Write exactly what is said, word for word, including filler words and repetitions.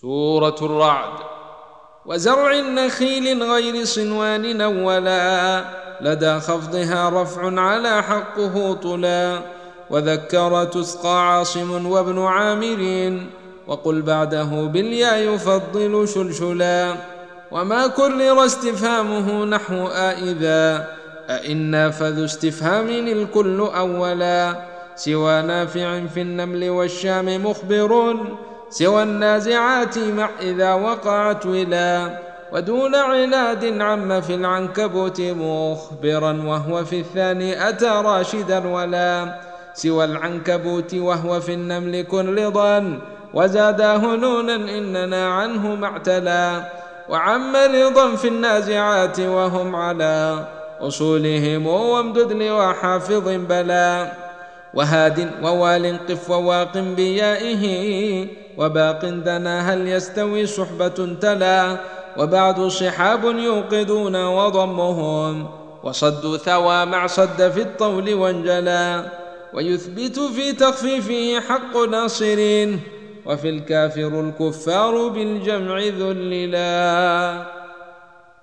سورة الرعد. وزرع نخيل غير صنوان أولا لدى خفضها رفع على حقه طلا. وذكر تسقى عاصم وابن عامر وقل بعده بالياء يفضل شلشلا. وما كرر استفهامه نحو آئذا أئنا فذو استفهام الكل أولا. سوى نافع في النمل والشام مخبر سوى النازعات مع إذا وقعت ولا. ودون عناد عم في العنكبوت مخبرا وهو في الثاني أتى راشدا ولا. سوى العنكبوت وهو في النمل كن رضا وزاداه نونا إننا عنه معتلا. وعم رضا في النازعات وهم على أصولهم وامدد لوا حافظ بلا. وهاد ووال قف وواق بيائه وباق دنا هل يستوي صحبة تلا. وبعد صحاب يوقدون وضمهم وصد ثوى مع صد في الطول وانجلا. ويثبت في تخفيفه حق ناصرين وفي الكافر الكفار بالجمع ذللا.